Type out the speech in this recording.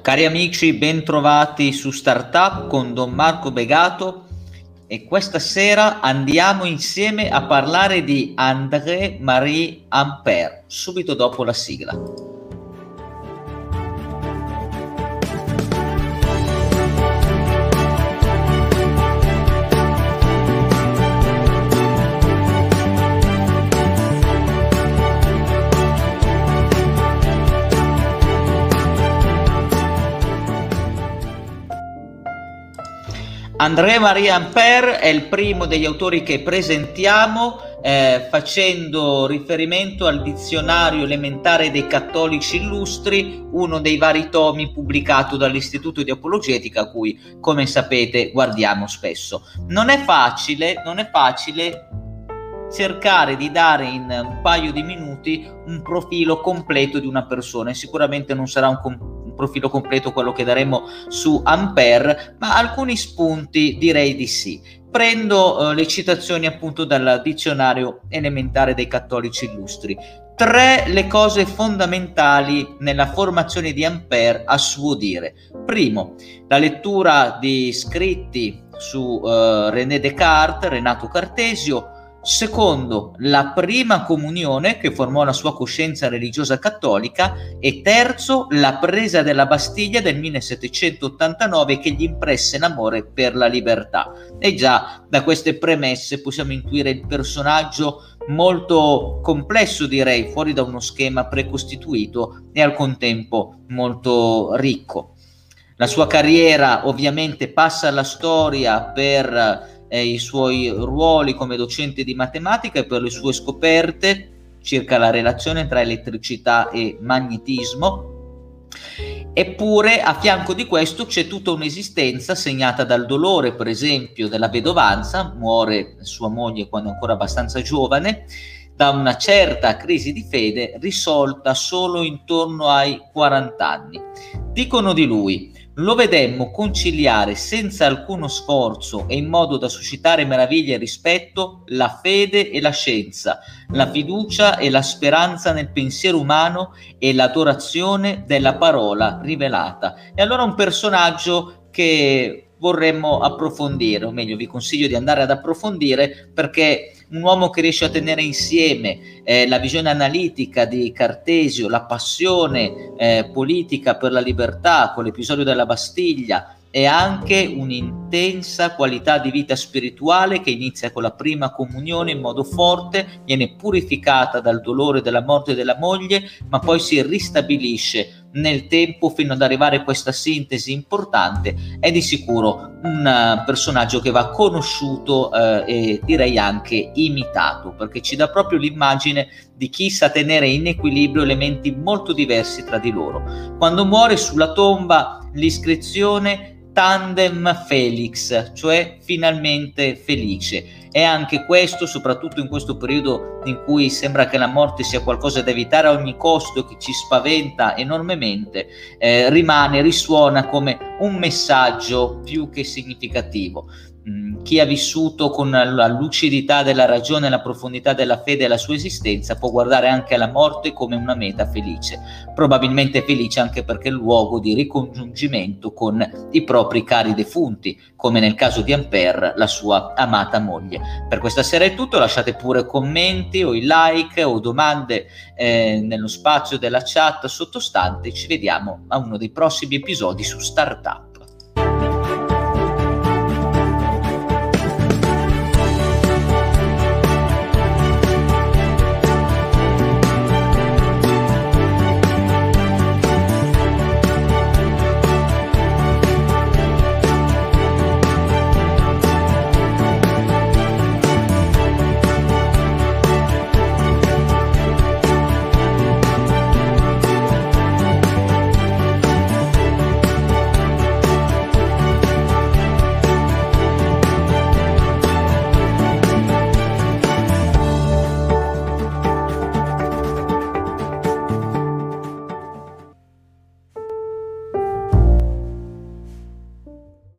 Cari amici, ben trovati su Startup con Don Marco Begato e questa sera andiamo insieme a parlare di André-Marie Ampère, subito dopo la sigla. André-Marie Ampère è il primo degli autori che presentiamo facendo riferimento al dizionario elementare dei cattolici illustri, uno dei vari tomi pubblicato dall'Istituto di Apologetica, a cui, come sapete, guardiamo spesso. Non è facile cercare di dare in un paio di minuti un profilo completo di una persona, e sicuramente non sarà un profilo completo quello che daremo su Ampère, ma alcuni spunti direi di sì. Prendo le citazioni appunto dal dizionario elementare dei cattolici illustri. 3 le cose fondamentali nella formazione di Ampère a suo dire. Primo, la lettura di scritti su René Descartes, Renato Cartesio. Secondo, la prima comunione che formò la sua coscienza religiosa cattolica, e terzo, la presa della Bastiglia del 1789 che gli impresse l'amore per la libertà. E già da queste premesse possiamo intuire il personaggio molto complesso, direi, fuori da uno schema precostituito e al contempo molto ricco. La sua carriera ovviamente passa alla storia per i suoi ruoli come docente di matematica e per le sue scoperte circa la relazione tra elettricità e magnetismo. Eppure a fianco di questo c'è tutta un'esistenza segnata dal dolore, per esempio, della vedovanza. Muore sua moglie quando è ancora abbastanza giovane, da una certa crisi di fede risolta solo intorno ai 40 anni. Dicono di lui: lo vedemmo conciliare senza alcuno sforzo e in modo da suscitare meraviglia e rispetto la fede e la scienza, la fiducia e la speranza nel pensiero umano e l'adorazione della parola rivelata. E allora un personaggio che vorremmo approfondire, o meglio vi consiglio di andare ad approfondire, perché un uomo che riesce a tenere insieme la visione analitica di Cartesio, la passione politica per la libertà con l'episodio della Bastiglia, e anche un'intensa qualità di vita spirituale che inizia con la prima comunione in modo forte, viene purificata dal dolore della morte della moglie, ma poi si ristabilisce nel tempo fino ad arrivare a questa sintesi importante. È di sicuro un personaggio che va conosciuto e direi anche imitato, perché ci dà proprio l'immagine di chi sa tenere in equilibrio elementi molto diversi tra di loro. Quando muore, sulla tomba l'iscrizione Tandem Felix, cioè finalmente felice. E anche questo, soprattutto in questo periodo in cui sembra che la morte sia qualcosa da evitare a ogni costo, che ci spaventa enormemente, risuona come un messaggio più che significativo. Chi ha vissuto con la lucidità della ragione e la profondità della fede la sua esistenza può guardare anche alla morte come una meta felice, probabilmente felice anche perché è il luogo di ricongiungimento con i propri cari defunti, come nel caso di Ampère, la sua amata moglie. Per questa sera è tutto, lasciate pure commenti o i like o domande nello spazio della chat sottostante. Ci vediamo a uno dei prossimi episodi su Startup.